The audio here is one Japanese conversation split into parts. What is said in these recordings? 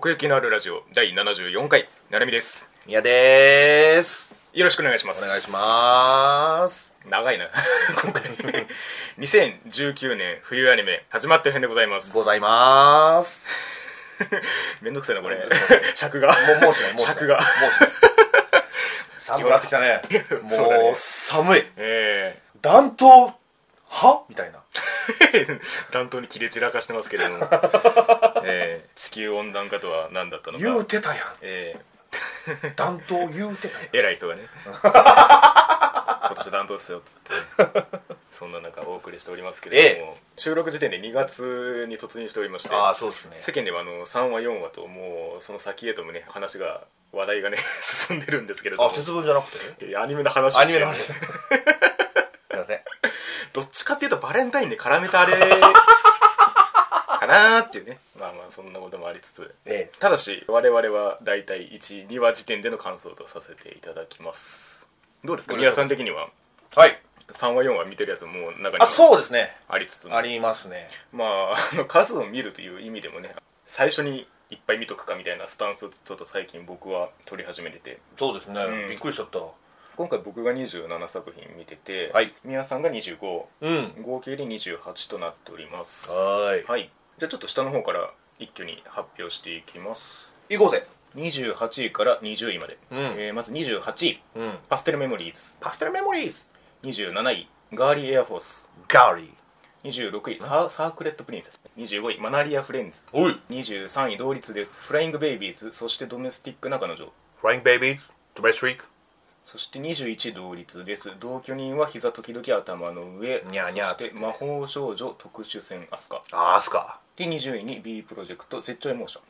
奥行きのあるラジオ第74回なるみです。 宮でーす。 よろしくお願いします。 お願いします。 長いな今回2019年冬アニメ始まった編でございます。 ございますめんどくせえなこれ尺がもうしない尺が寒くなってきたねもう寒い暖冬はみたいな暖冬に切れ散らかしてますけれども、地球温暖化とは何だったのか言うてたやん、暖冬言うてたやん偉い人がね今年暖冬っすよっつって、ね、そんな中お送りしておりますけれども、収録時点で2月に突入しておりまして、 そうですね、 世間では3話4話ともうその先へともね話題がね進んでるんですけれども、 節分じゃなくてアニメの話をしてるすいませんどっちかっていうとバレンタインで絡めたあれかなーっていうね、まあそんなこともありつつ、ただし我々はだいたい1、2話時点での感想とさせていただきます。どうですか宮さん的には。 はい 3話4話見てるやつも中にそうですねありつつもありますね。 数を見るという意味でもね、最初にいっぱい見とくかみたいなスタンスをちょっと最近僕は取り始めてて。 そうですね、びっくりしちゃった。 今回僕が27作品見てて、宮さんが25、合計で28となっております。はい、じゃあちょっと下の方から一挙に発表していきます。 いこうぜ。 28位から20位まで、まず28位、パステルメモリーズ。27位ガーリーエアフォース。26位サークレットプリンセス。25位マナリアフレンズ。23位同率です。フライングベイビーズ、そしてドメスティック中の女。 フライングベイビーズ、ドメスティック。 そして21位同率です。同居人は膝時々頭の上。 ニャーニャー。 そして魔法少女特殊戦アスカ。で20位に B プロジェクト絶頂エモーション。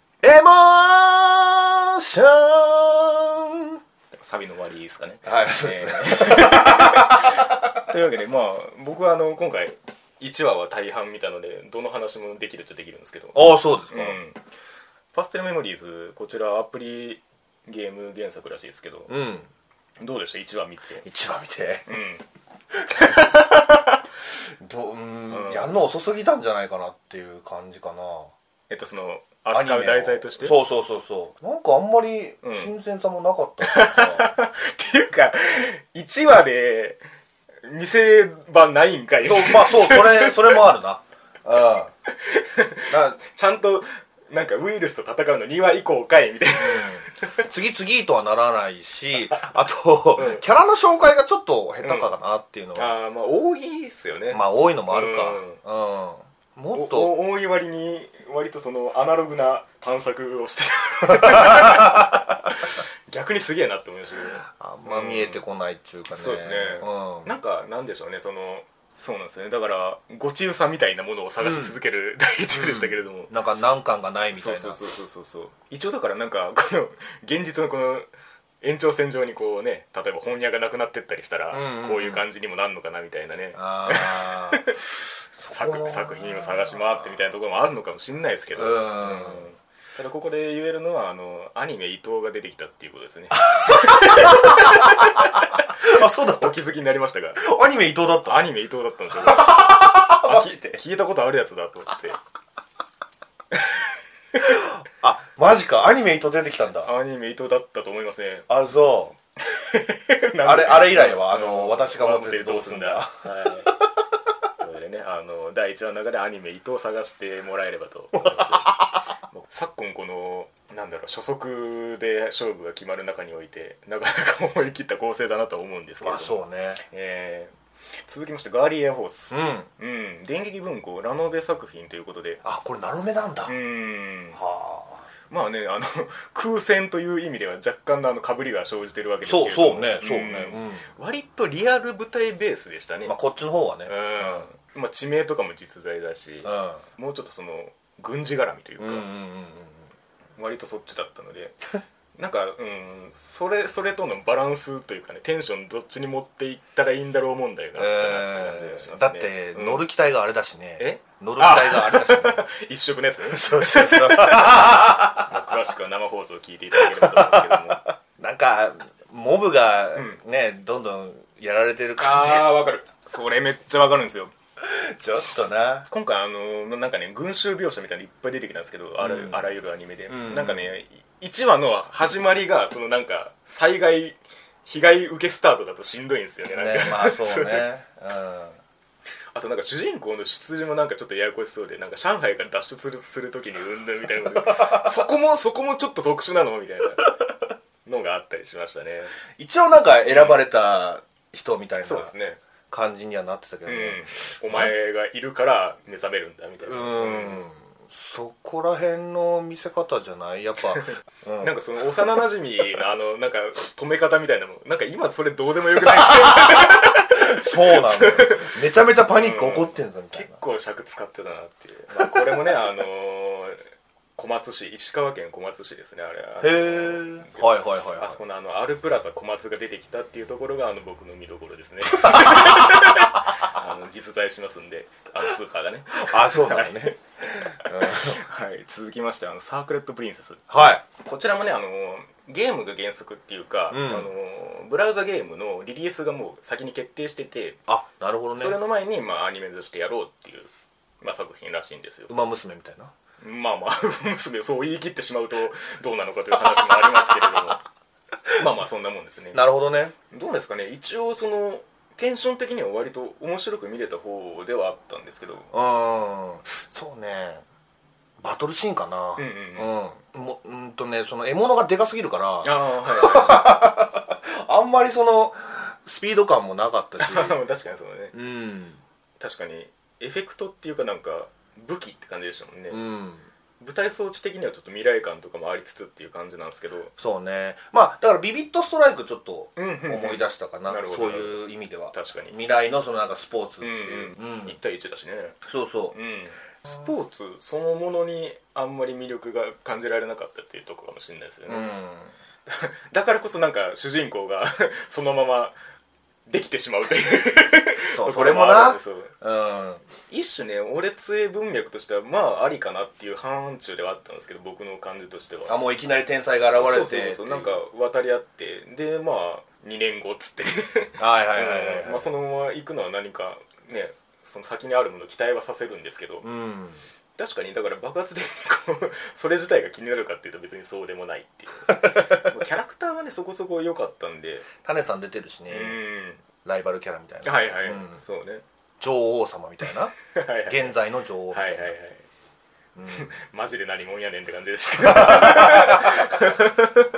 サビの終わりですかね。そうですねというわけで僕は今回1話は大半見たのでどの話もできるっちゃできるんですけど。 そうですか。 パステルメモリーズ、こちらアプリゲーム原作らしいですけど、どうでした1話見て。 やんの遅すぎたんじゃないかなっていう感じかな。 その扱う題材として。 そうなんかあんまり新鮮さもなかったっていうか1話で見せ場ないんかい。 それもあるなちゃんとなんかウイルスと戦うの2話以降かいみたいな、 次とはならないし、あと、キャラの紹介がちょっと下手かなっていうのは、 多いっすよね。 多いのもあるか。もっと多い割に割とそのアナログな探索をしてた逆にすげえなって思いましたけど、 あんま見えてこないっちゅうかね。 そうですね、なんでしょうね、そうなんですよね。だからご中さみたいなものを探し続ける第一部でしたけれども、 なんか難関がないみたいな。 そう一応だからなんかこの現実のこの延長線上にこうね、例えば本屋がなくなってったりしたらこういう感じにもなんのかなみたいなね、作品を探し回ってみたいなところもあるのかもしれないですけど、ただここで言えるのはアニメ伊藤が出てきたっていうことですねそうだった。 お気づきになりましたが、 アニメ伊藤だった。 アニメ伊藤だったんですよ聞いたことあるやつだと思ってマジか、アニメ伊藤出てきたんだ。 アニメ伊藤だったと思いますね。 そうあれ以来は私が持ってるどうすんだというわけでね、第1話の中でアニメ伊藤を探してもらえればと思います昨今この初速で勝負が決まる中においてなかなか思い切った構成だなと思うんですけど、 そうね。 続きましてガーリーエアフォース、電撃文庫ラノベ作品ということで、 これラノベなんだ。 空戦という意味では若干の被りが生じてるわけですけど、 そうね、 割とリアル舞台ベースでしたね。 こっちの方はね、 地名とかも実在だし、もうちょっとその軍事絡みというか、割とそっちだったのでなんかそれとのバランスというかね、テンションどっちに持っていったらいいんだろう問題があったなって感じがしますね。 だって乗る機体があれだしね。乗る機体があれだしね一色のやつね。 そう詳しくは生放送を聞いていただければと思うんですけどもなんかモブがね、どんどんやられてる感じ。 わかる。それめっちゃわかるんですよ。 ちょっとな。 今回なんかね群衆描写みたいなのいっぱい出てきたんですけど、あらゆるアニメで、なんかね1話の始まりがそのなんか災害被害受けスタートだとしんどいんですよね。なんかまあそうね。 あとなんか主人公の出自もなんかちょっとややこしそうで、なんか上海から脱出する時にうんぬんみたいなことそこもちょっと特殊なのみたいなのがあったりしましたね。 一応なんか選ばれた人みたいな、 そうですね、 感じにはなってたけどね、 お前がいるから目覚めるんだみたいな。 そこら辺の見せ方じゃないやっぱ、 なんかその幼馴染のなんか止め方みたいなのもなんか今それどうでもよくないみたいなそうなんだよめちゃめちゃパニック起こってんぞみたいな、 結構尺使ってたなっていう、まあ、これもね小松市、石川県小松市ですね、あれ。 へえ。はいはいはい、はい、 あそこのアルプラザ小松が出てきたっていうところが僕の見どころですね実在しますんで、スーパーがね。 あ、そうなのねはい、続きましてサークレットプリンセス。 はい。 こちらもねゲームが原則っていうか、ブラウザゲームのリリースがもう先に決定してて、 あ、なるほどね。 それの前に、アニメとしてやろうっていう、作品らしいんですよ。 ウマ娘みたいな。 娘をそう言い切ってしまうとどうなのかという話もありますけれどもそんなもんですね。 なるほどね。 どうですかね、一応そのテンション的には割と面白く見れた方ではあったんですけど、 そうね、バトルシーンかな。その獲物がでかすぎるからあんまりそのスピード感もなかったし確かにそうね、確かにエフェクトっていうかなんか武器って感じでしたもんね、舞台装置的にはちょっと未来感とかもありつつっていう感じなんですけど、 そうね、だからビビットストライクちょっと思い出したかな、そういう意味では。 確かに未来のそのなんかスポーツっていう、 1対1だしね。 そうそう、 スポーツそのものにあんまり魅力が感じられなかったっていうところかもしれないですよね、だからこそなんか主人公がそのままできてしまうというそうそれもな、 一種ね俺杖文脈としてはありかなっていう範疇ではあったんですけど、僕の感じとしてはもういきなり天才が現れて、 そうなんか渡り合ってで2年後っつってそのまま行くのは何かね、その先にあるものを期待はさせるんですけど、確かにだから爆発的にそれ自体が気になるかっていうと別にそうでもないっていうキャラクターはねそこそこ良かったんで、 種さん出てるしね、ライバルキャラみたいな、 そうね、 女王様みたいな現在の女王みたいな、 マジで何もんやねんって感じでした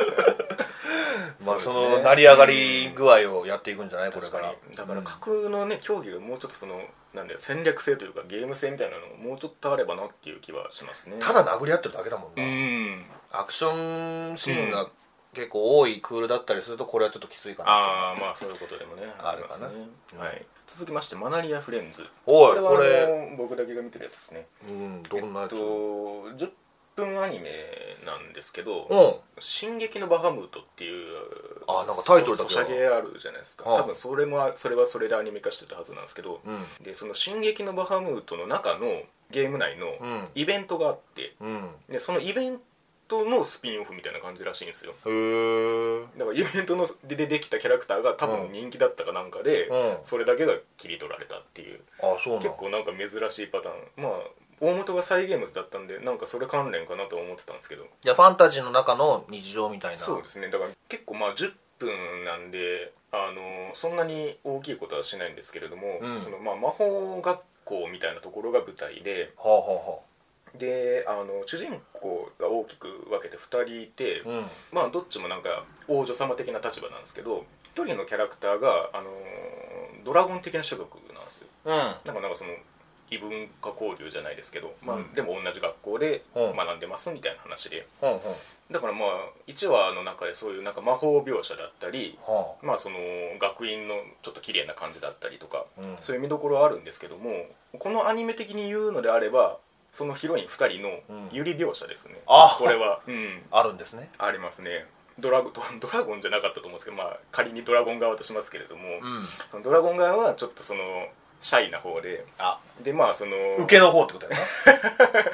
その成り上がり具合をやっていくんじゃないこれから。 だから架空のね競技がもうちょっとそのなんだよ戦略性というかゲーム性みたいなのがもうちょっとあればなっていう気はしますね。 ただ殴り合ってるだけだもんな。アクションシーンが結構多いクールだったりするとこれはちょっときついかな。 そういうことでもねあるかな。 続きましてマナリアフレンズ。 これ僕だけが見てるやつですね。 どんなやつ ？10分アニメなんですけど、進撃のバハムートっていうなんかタイトルだけソシャゲあるじゃないですか。多分それはそれでアニメ化してたはずなんですけど、でその進撃のバハムートの中のゲーム内のイベントがあって、でそのイベントのスピンオフみたいな感じらしいんですよ。だからイベントでできたキャラクターが多分人気だったかなんかで、それだけが切り取られたっていう、結構なんか珍しいパターン。大元がサイゲームズだったんでなんかそれ関連かなと思ってたんですけど、 ファンタジーの中の日常みたいな。 そうですね。だから結構10分なんでそんなに大きいことはしないんですけれども、その魔法学校みたいなところが舞台で、で主人公が大きく分けて2人いて、どっちもなんか王女様的な立場なんですけど、1人のキャラクターがドラゴン的な種族なんですよ。なんかその異文化交流じゃないですけど、でも同じ学校で学んでますみたいな話で、だから1話の中でそういうなんか魔法描写だったり、その学院のちょっと綺麗な感じだったりとか、そういう見どころはあるんですけども、このアニメ的に言うのであればそのヒロイン2人のユリ描写ですね。これは、 あるんですね。 ありますね。ドラゴンじゃなかったと思うんですけど、仮にドラゴン側としますけれども、そのドラゴン側はちょっとそのシャイな方で、その受けの方ってことやな。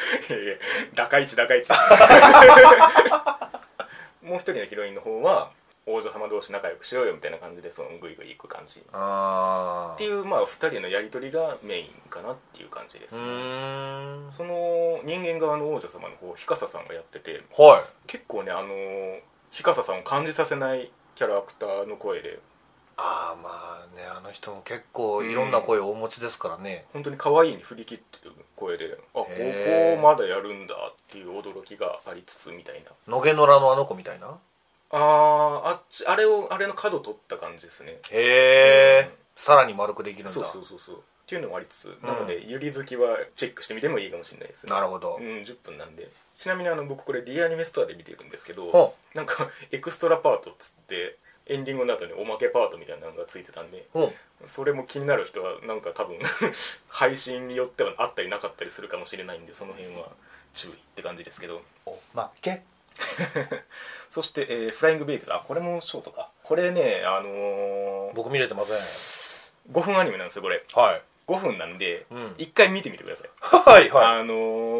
高市もう一人のヒロインの方は王女様同士仲良くしようよみたいな感じでそのグイグイ行く感じっていうまあ2人のやり取りがメインかなっていう感じですね。その人間側の王女様の方、日笠さんがやってて、 はい、 結構ね日笠さんを感じさせないキャラクターの声で、 まあね、あの人も結構いろんな声をお持ちですからね、 本当に可愛いに振り切ってる声で、ここまだやるんだっていう驚きがありつつみたいな。 野毛野良のあの子みたいな、 あれの角取った感じですね。 へえ、さらに丸くできるんだ。 そうっていうのもありつつ、なのでゆり好きはチェックしてみてもいいかもしれないですね。 なるほど、 10分なんで。ちなみに僕これ D アニメストアで見てるんですけど、なんかエクストラパートっつってエンディングの後におまけパートみたいなのがついてたんで、それも気になる人はなんか多分配信によってはあったりなかったりするかもしれないんで、その辺は注意って感じですけど。 おまけそして、フライングベイブズ、これもショートか。これね僕見れてません。 5分アニメなんですよこれ。 はい、 5分なんで、1回見てみてください。 はいはい。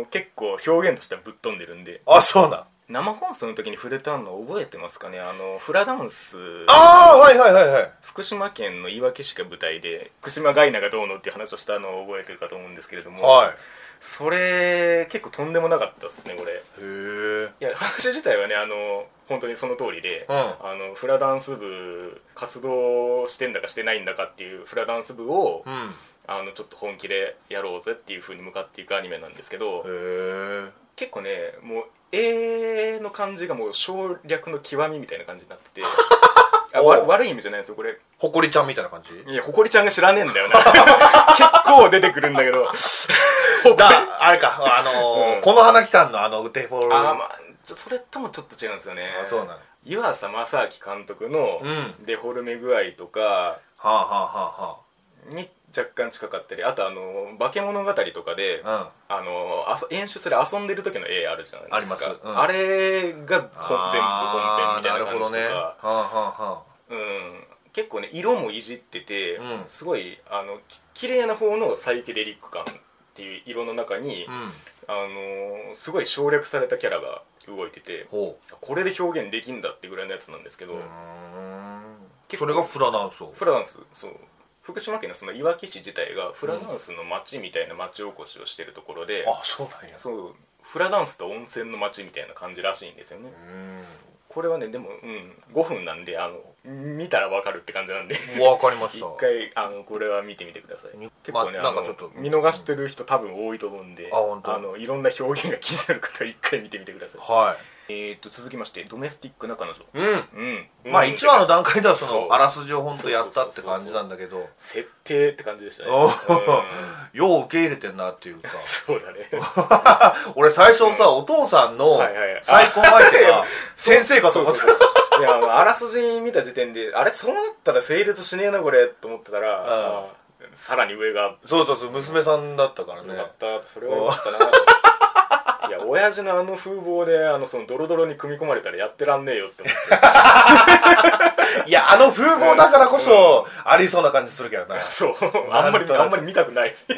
結構表現としてはぶっ飛んでるんで。 そうなん。 生放送の時に触れたの覚えてますかね。フラダンス、 はいはいはいはい、 福島県のいわき市が舞台で福島ガイナがどうのっていう話をしたのを覚えてるかと思うんですけれども、 はい、 それ結構とんでもなかったですねこれ。 へえ。 いや話自体はね本当にその通りで、フラダンス部活動してんだかしてないんだかっていうフラダンス部を、ちょっと本気でやろうぜっていう風に向かっていくアニメなんですけど、結構ねもう絵の感じがもう省略の極みみたいな感じになってて悪い意味じゃないんですよこれ。 ほこりちゃんみたいな感じ。 いやほこりちゃんが知らねえんだよな結構出てくるんだけどあれかこの花来たんのウテフォル、 それともちょっと違うんですよね。 そうなん。 湯浅正明監督のデフォルメ具合とかに若干近かったり、あと化け物語とかで、演出で遊んでる時の絵あるじゃないですか。 あります、 あれが全部本編みたいな感じとか、結構ね色もいじってて、すごい綺麗な方のサイケデリック感っていう色の中に、すごい省略されたキャラが動いてて、これで表現できんだってぐらいのやつなんですけど、 それがフラダンス。 そう、福島県のそのいわき市自体がフラダンスの町みたいな町おこしをしてるところで、 そうなんや。 そう、フラダンスと温泉の町みたいな感じらしいんですよね。これはねでも、5分なんで見たら分かるって感じなんで分かりました。 一回これは見てみてください。結構ね、 なんかちょっと見逃してる人多分多いと思うんで、いろんな表現が気になる方は一回見てみてください。 はい。 続きましてドメスティックな彼女。 まあ1話の段階ではあらすじを本当やったって感じなんだけど、 設定って感じでしたね。 よう受け入れてんなっていうかそうだね俺最初さ、お父さんの再婚相手が先生かと思っていやあらすじ見た時点でそうなったら成立しねえなこれと思ってたら、さらに上がそう娘さんだったからね。 よかった、それはよかったないや親父の風貌でそのドロドロに組み込まれたらやってらんねえよって思っていや風貌だからこそありそうな感じするけどな。 そうあんまり見たくないです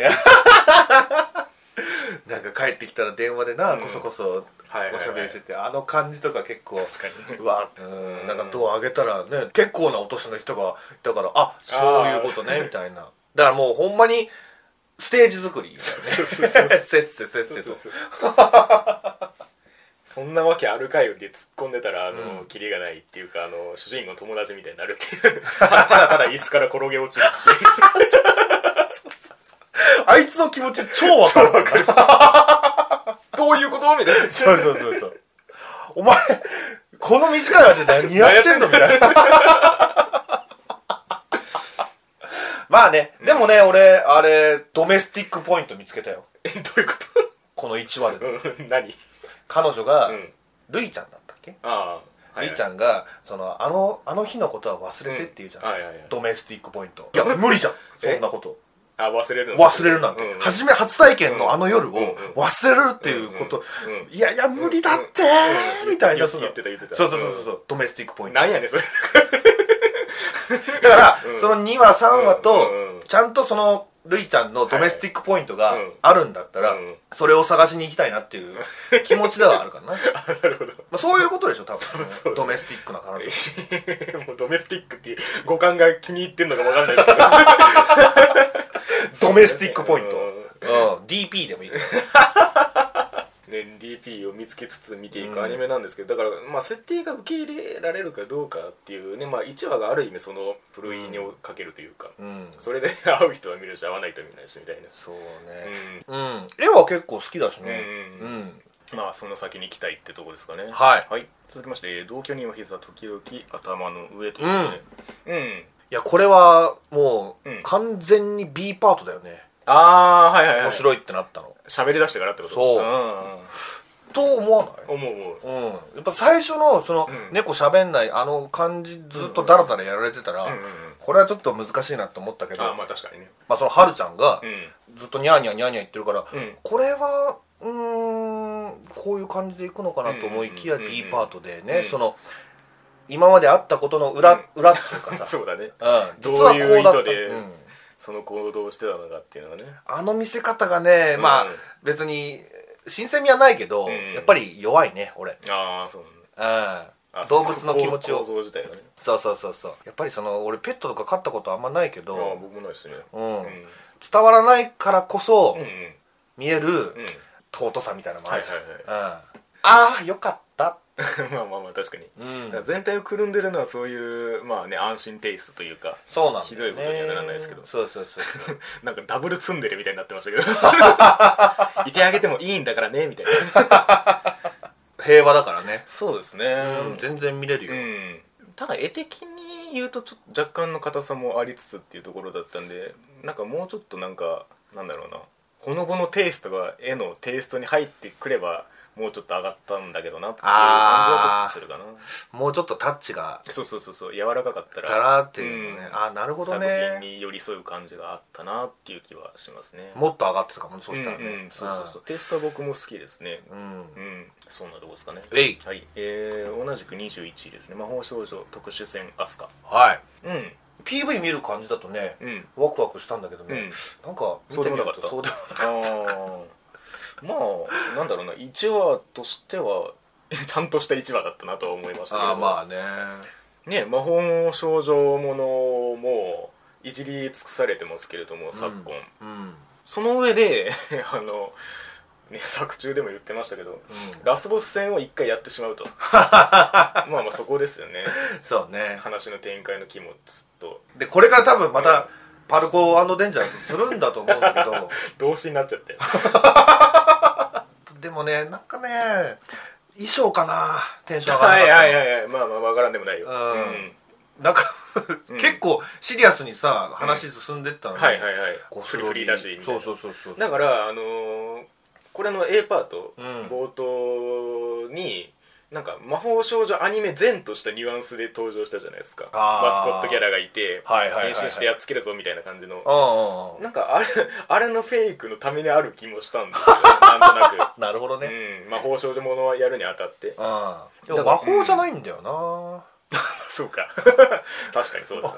なんか帰ってきたら電話でこそこそおしゃべりしてて、感じとか結構うわなんかドア開けたらね結構なお年の人がだからそういうことねみたいな。だからもうほんまにステージ作りせっせとそんなわけあるかよって突っ込んでたらキリがないっていうか主人公の友達みたいになるっていうただ椅子から転げ落ちるっていうあいつの気持ち超わかるどういうことみたいな。 そうお前この短い間で何やってんのみたいなまあね、でもね俺あれドメスティックポイント見つけたよ。 どういうことこの1話で何。 彼女がルイちゃんだったっけ。ルイちゃんがあの日のことは忘れてって言うじゃん、ドメスティックポイント。いや無理じゃんそんなこと。 忘れるなんて、 初体験の夜を忘れるっていうこと、いや無理だってみたいな。 言ってたそうドメスティックポイント。 なんやねんそれだからその2話3話とちゃんとルイちゃんのドメスティックポイントがあるんだったら、それを探しに行きたいなっていう気持ちではあるからな。 なるほど。 そういうことでしょ多分、ね、ドメスティックな彼女。もうドメスティックっていう語感が気に入ってんのか分かんないですけどドメスティックポイント、DP でもいいね、DP を見つけつつ見ていくアニメなんですけど、だから設定が受け入れられるかどうかっていうね、1話がある意味そのふるいにをかけるというか、それで会う人は見るし会わない人は見ないしみたいな。 そうね、絵は結構好きだしね。 その先に行きたいってとこですかね。 はい、 はい、続きまして同居人は膝時々頭の上ということで、 いやこれはもう完全に B パートだよね。面白いってなったの喋り出してからってこと。 そうと思わない？ 思う。 やっぱ最初のその猫喋んないあの感じずっとダラダラやられてたらこれはちょっと難しいなと思ったけど、 確かにね、 そのはるちゃんがずっとニャーニャーニャーニャー言ってるから、これはこういう感じでいくのかなと思いきや D パートでね、その今まであったことの裏っていうかさそうだね、 実はこうだった、 その行動をしてたのかっていうのはね、 あの見せ方がね、別に新鮮味はないけど、やっぱり弱いね俺。 そう動物の気持ちを構造自体がね。 そうやっぱりその俺ペットとか飼ったことあんまないけど、 僕もないですね。 伝わらないからこそ見える尊さみたいなのもあるし、よかった確かに、だから全体をくるんでるのはそういう安心テイストというか、 そうなんだよね、 ひどいことにはならないですけど、 そうなんかダブルツンデレみたいになってましたけどいてあげてもいいんだからねみたいな平和だからね。 そうですね、 全然見れるよ。 ただ絵的に言うとちょっと若干の硬さもありつつっていうところだったんで、なんかもうちょっとなんだろうな、ほのぼのテイストが絵のテイストに入ってくればもうちょっと上がったんだけどなっていう感じはちょっとするかな。 もうちょっとタッチがそう柔らかかったらっていうのね、なるほどね、 作品に寄り添う感じがあったなっていう気はしますね。 もっと上がってたかもね、そしたらね。 テイストは僕も好きですね。そんなとこですかね。はい、同じく21位ですね、魔法少女特殊戦アスカ。 はい、PV 見る感じだとね、ワクワクしたんだけどね、なんか見てみるとそうでもなかった。 なんだろうな、1話としてはちゃんとした1話だったなとは思いましたけど、魔法少女ものもいじり尽くされてますけれども、昨今、その上で作中でも言ってましたけど、ラスボス戦を1回やってしまうとそこですよね。 そうね、 話の展開の肝とで、これから多分またパルコ&デンジャーズするんだと思うんだけど動詞になっちゃってでもね、なんかね、衣装かな、テンション上がらなかった。 分からんでもないよ。 なんか結構シリアスにさ話進んでったのに、 フリフリだしみたいな。 そうだからこれの A パート冒頭になんか魔法少女アニメ前としたニュアンスで登場したじゃないですか。マスコットキャラがいて変身してやっつけるぞみたいな感じの、なんかあれのフェイクのためにある気もしたんですよ、なんとなく。 なるほどね、 魔法少女ものはやるにあたって。 でも魔法じゃないんだよな。 そうか確かにそうです、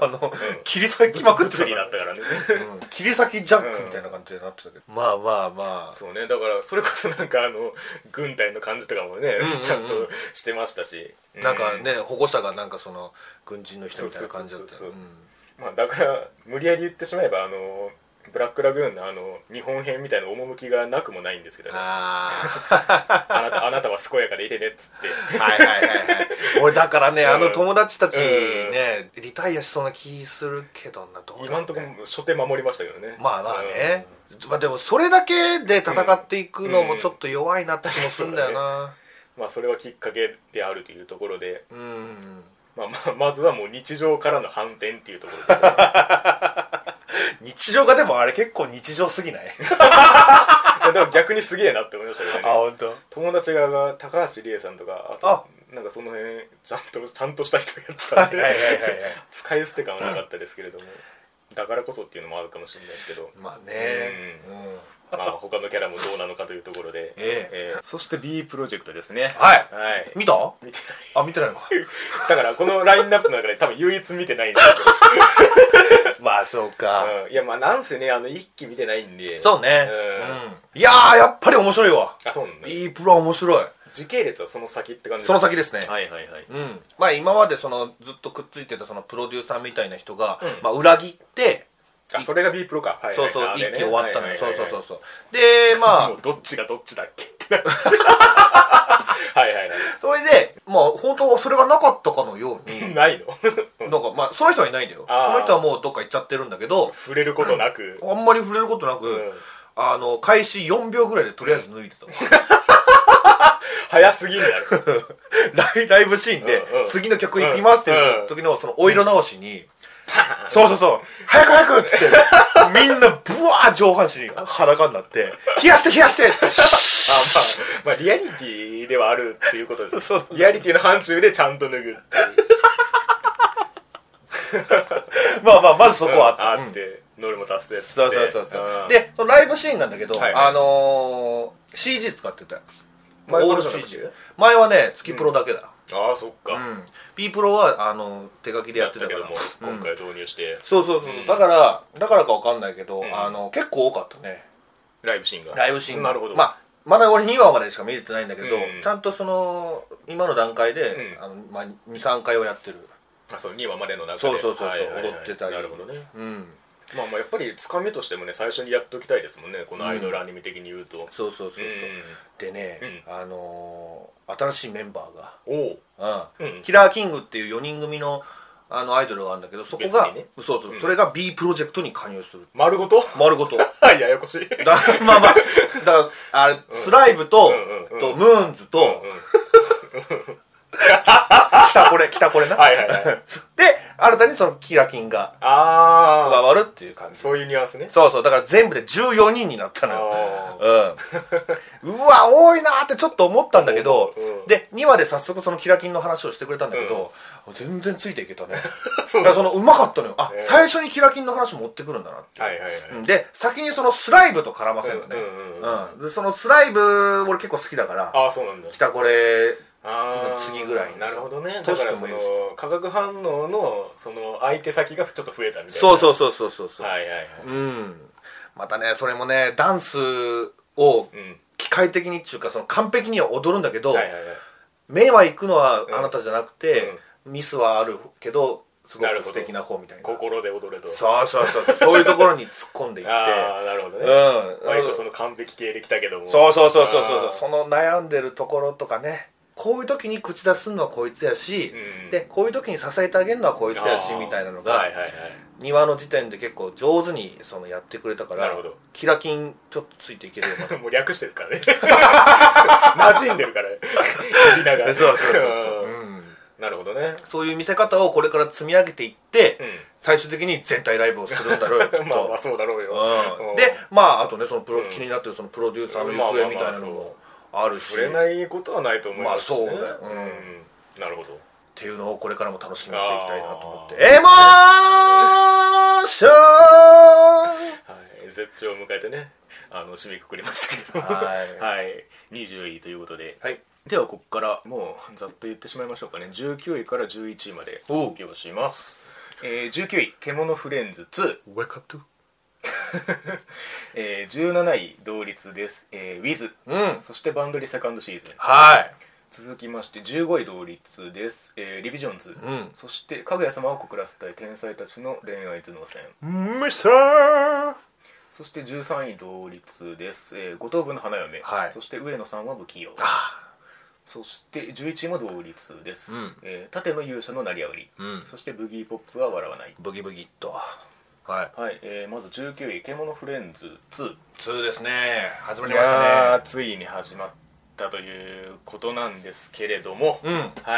切り裂きまくって物理だったからね切り裂きジャックみたいな感じでなってたけど、 そうね、だからそれこそなんか軍隊の感じとかもねちゃんとしてましたし、 なんかね、保護者がなんかその軍人の人みたいな感じだった。 だから無理やり言ってしまえばブラックラグーンの日本編みたいな趣がなくもないんですけどね。あなたは健やかでいてねっつって俺だからね、友達たちねリタイアしそうな気するけどな。どうだろうね、 今んとこ初手守りましたけどね。 ね、でもそれだけで戦っていくのもちょっと弱いなって気もするんだよな。 それはきっかけであるというところで、まずはもう日常からの反転っていうところで日常がでもあれ結構日常すぎない？ でも逆にすげえなって思いましたけどね。 本当。 友達が高橋理恵さんとか、あとなんかその辺ちゃんとした人がやってたんで使い捨て感はなかったですけれども、だからこそっていうのもあるかもしれないですけど、 他のキャラもどうなのかというところで、そして B プロジェクトですね。 はい、見た？ 見てない。 見てないのか。 だからこのラインナップの中で多分唯一見てないんですけどまあそうか、 いやまあなんせね一期見てないんで。 そうね、いやーやっぱり面白いわ。 そうなんだ。 B プロは面白い。 時系列はその先って感じですか？ その先ですね。 はいはいはい。 まあ今までずっとくっついてたそのプロデューサーみたいな人が、まあ裏切って、 それが B プロか。 そうそう、一期終わったのよ。そうでまあもうどっちがどっちだっけってなってはいはいはい。 それでまあ本当それがなかったかのようにないのなんかまあその人はいないんだよ。その人はもうどっか行っちゃってるんだけど、 触れることなく、 あんまり触れることなく、開始4秒ぐらいでとりあえず脱いでた。 早すぎんだろライブシーンで次の曲行きますっていう時のそのお色直しに、そう早くっつってみんなブワー上半身裸になって冷やしてまあリアリティではあるっていうことです。リアリティの範疇でちゃんと脱ぐっていうまずそこはあってノルも達成って。 そうでそのライブシーンなんだけど、CG 使ってたよ。オール CG。前はね月プロだけだ。 ああそっか。 B プロは手書きでやってたけども今回導入して。 そうだからかわかんないけど結構多かったね、 ライブシーンが。 なるほど。まだ俺2話までしか見れてないんだけど、ちゃんとその今の段階で2,3 回はやってる。 そう2話までの中でそう踊ってたり。 なるほどね。まあやっぱりつかみとしてもね最初にやっておきたいですもんね、このアイドルアニメ的に言うと。 そうでね、新しいメンバーがキラーキングっていう4人組のアイドルがあるんだけど、そこがそれが B プロジェクトに加入する。丸ごとややこしい。まあスライブとムーンズときたこれな。で新たにそのキラキンが加わるっていう感じ。 そういうニュアンスね。 だから全部で14人になったのよ。うわ多いなーってちょっと思ったんだけど、で2話で早速そのキラキンの話をしてくれたんだけど、全然ついていけたね。だからうまかったのよ。最初にキラキンの話持ってくるんだなって。で先にそのスライブと絡ませるのね。でそのスライブ俺結構好きだから、きたこれ次ぐらいに。 なるほどね。だからその化学反応のその相手先がちょっと増えたみたいな。 そうまたねそれもねダンスを機械的にっていうかその完璧には踊るんだけど、目は行くのはあなたじゃなくてミスはあるけどすごく素敵な方みたいな。 心で踊れと。 そういうところに突っ込んでいってなるほどね。割とその完璧系できたけども、 そうその悩んでるところとかね、こういう時に口出すのはこいつやし、でこういう時に支えてあげるのはこいつやしみたいなのが2話の時点で結構上手にやってくれたから、キラキンちょっとついていけるようなもう略してるからね馴染んでるから呼びながら。なるほどね。 そういう見せ方をこれから積み上げていって、最終的に全体ライブをするんだろうよ。 まあそうだろうよ。 であとねその気になってるそのプロデューサーの行方みたいなのもあるし、 触れないことはないと思いますしね。 そうだよ。 なるほど。 っていうのをこれからも楽しみにしていきたいなと思って。エモーション、 絶頂を迎えてね締めくくりましたけど20位ということで、ではここからもうざっと言ってしまいましょうかね。19位から11位まで発表します。19位獣フレンズ2 Wake up to 17位同率です、Wiz、そしてバンドリセカンドシーズン。続きまして15位同率です、リビジョンズ、そしてかぐや様を告らせたい天才たちの恋愛頭脳戦ミスター。 そして13位同率です、五等分の花嫁、そして上野さんは不器用。そして11位も同率です、盾の勇者の成り上がり、そしてブギーポップは笑わない。 ブギブギっとまず19位獣フレンズ 2ですね。始まりましたね。 ついに始まったということなんですけれども、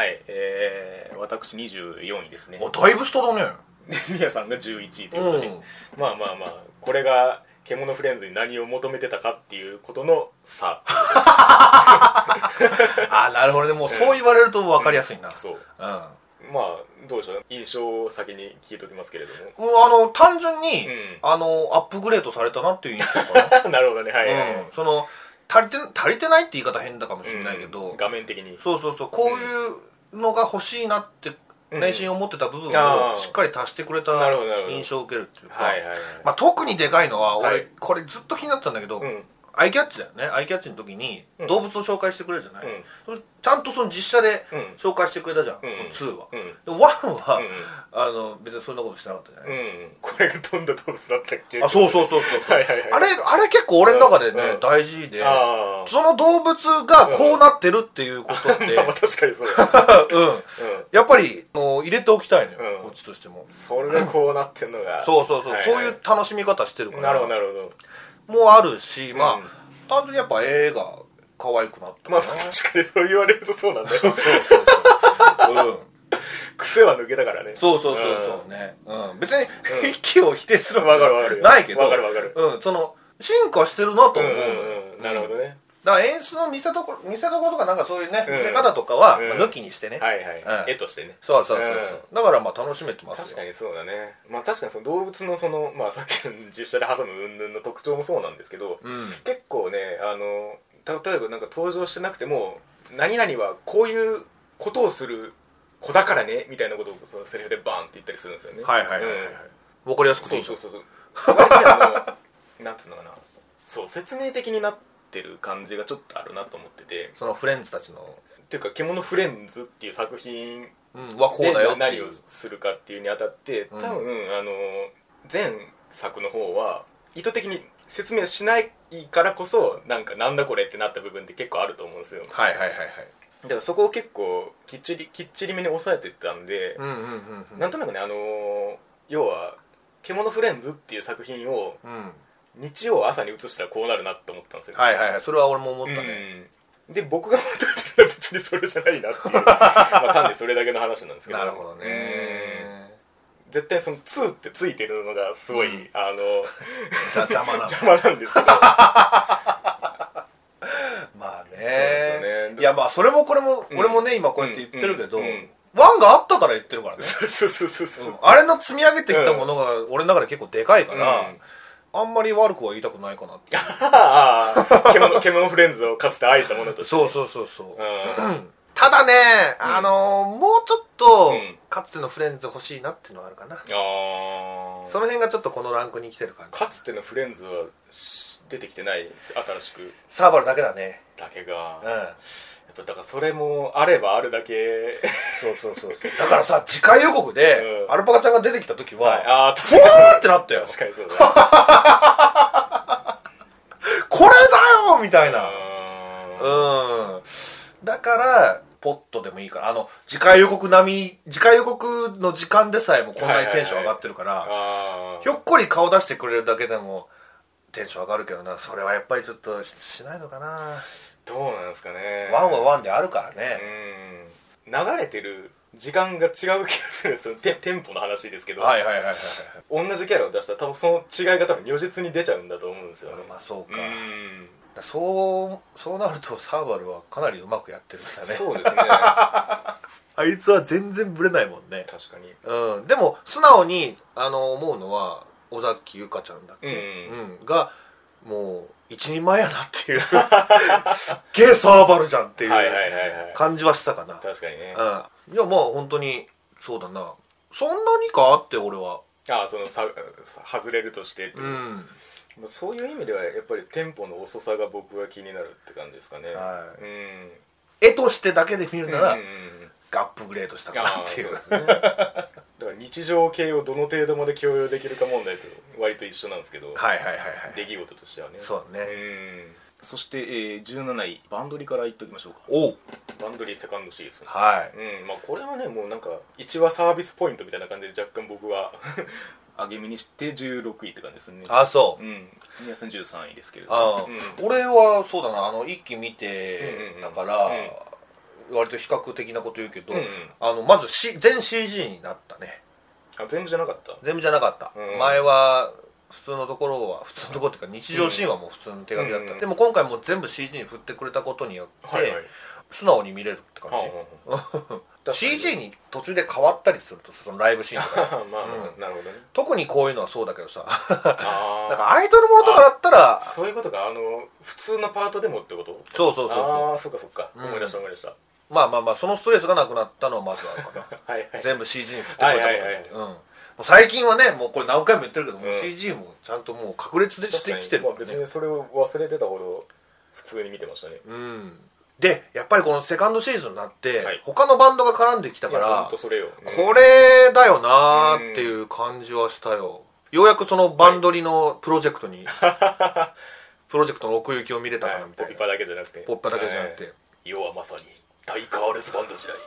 私24位ですね。 だいぶ下だね。 みやさんが11位ということで、まあこれが獣フレンズに何を求めてたかっていうことの差なるほどね。もうそう言われると分かりやすいな。 まあどうでしょう、印象を先に聞いておきますけれども、 単純に、アップグレードされたなっていう印象かな。 なるほどね、はい、はい、 その足りてないって言い方変だかもしれないけど、 画面的にそうこういうのが欲しいなって内心思ってた部分をしっかり足してくれた印象を受けるっていうか、特にでかいのは俺これずっと気になったんだけど、アイキャッチだよね。アイキャッチの時に動物を紹介してくれるじゃない、ちゃんとその実写で紹介してくれたじゃん、2は、1は、別にそんなことしてなかったじゃない、 これがどんな動物だったっけ。 そうあれ結構俺の中でね、大事で、その動物がこうなってるっていうことって、 確かにそうだやっぱり入れておきたいのよ、こっちとしても。 それでこうなってんのがそういう楽しみ方してるから。 なるほどもあるし、単純にやっぱ絵が可愛くなった確かにそう言われるとそうなんだよ。癖は抜けたからね。 そうね。別に息を否定するわけじゃないけど、 わかる。 その進化してるなと思うのよ。 なるほどね。 だから演出の見せ所とかなんかそういうね、見せ方とかは抜きにしてね。 絵としてね。 そうだから楽しめてますよ。 確かにそうだね。確かにその動物のそのさっきの実写で挟む云々の特徴もそうなんですけど、結構ね、例えばなんか登場してなくても何々はこういうことをする子だからねみたいなことをそのセリフでバーンって言ったりするんですよね。 わかりやすくていい。 そうなんつうのかな、そう説明的になってる感じがちょっとあるなと思ってて、 そのフレンズたちのっていうか獣フレンズっていう作品で何をするかっていうにあたって多分前作の方は意図的に説明しないからこそなんだこれってなった部分って結構あると思うんですよ。だからそこを結構きっちりめに抑えてったんで、なんとなくね、要は獣フレンズっていう作品を日曜朝に映したらこうなるなって思ったんですよ。 それは俺も思ったね。 で僕が求めてるのは別にそれじゃないなっていう単にそれだけの話なんですけど。 なるほどね。 絶対その2ってついてるのがすごい、 邪魔なんですけどいやそれもこれも俺もね今こうやって言ってるけど、ワンがあったから言ってるからね。あれの積み上げてきたものが俺の中で結構でかいから、あんまり悪くは言いたくないかなって。 獣フレンズをかつて愛したものとして。 ただね、もうちょっとかつてのフレンズ欲しいなっていうのがあるかな。その辺がちょっとこのランクに来てる感じ。 かつてのフレンズは出てきてない、新しく。 サーバルだけだね。 だけが、やっぱだからそれもあればあるだけだからさ、次回予告でアルパカちゃんが出てきた時はわーってなったよ。 確かにそうだこれだよみたいな。だからポットでもいいから、次回予告の時間でさえもこんなにテンション上がってるから、ひょっこり顔出してくれるだけでもテンション上がるけどな。それはやっぱりちょっとしないのかな。 どうなんですかね。 ワンはワンであるからね。 流れてる時間が違う気がするんですよ。テンポの話ですけど、同じキャラを出したら多分その違いが如実に出ちゃうんだと思うんですよね。 そうか。そうなるとサーバルはかなりうまくやってるんだね。 そうですねあいつは全然ブレないもんね。 確かに。 でも素直に思うのは尾崎由香ちゃんだっけ、がもう一人前やなっていうすっげえサーバルじゃんっていう感じはしたかな。 確かにね。 いや本当にそうだな。そんなにかって俺はその外れるとしてっていう、そういう意味ではやっぱりテンポの遅さが僕は気になるって感じですかね。 絵としてだけで見るならアップグレードしたかなっていう。 だから日常系をどの程度まで許容できるか問題と割と一緒なんですけど、出来事としてはね。 そうね。 そして、17位バンドリからいっておきましょうか。バンドリセカンドシーズン。これはねもうなんか1話サービスポイントみたいな感じで若干僕は上げ身にして16位って感じですね。 そう。 皆さん13位ですけれど、 俺はそうだな、一期見てだから割と比較的なこと言うけど、まず全 CG になったね。 全部じゃなかった。 全部じゃなかった。前は普通のところは普通のところっていうか日常シーンはもう普通の手書きだった。でも今回も全部 CG に振ってくれたことによって素直に見れるって感じ。 CG に途中で変わったりするとそのライブシーンとかまあ、なるほどね。 特にこういうのはそうだけどさなんかアイドルものとかだったらそういうことか、普通のパートでもってこと？ そうそうそうそう。 ああ、そっかそっか、思い出した思い出した。 まあまあまあ、そのストレスがなくなったのはまずあるかなはい、はい、 全部 CG に振ってくれたこともう最近はね、もうこれ何回も言ってるけども、CG もちゃんともう確立でしてきてるからね。 別にそれを忘れてたほど普通に見てましたね。 でやっぱりこのセカンドシーズンになって、他のバンドが絡んできたから、 それよ、 これだよなーっていう感じはしたよ。ようやくそのバンドリのプロジェクトに、プロジェクトの奥行きを見れたかなみたいな。 ポピパだけじゃなくて、 要はまさに大カーレスバンド時代。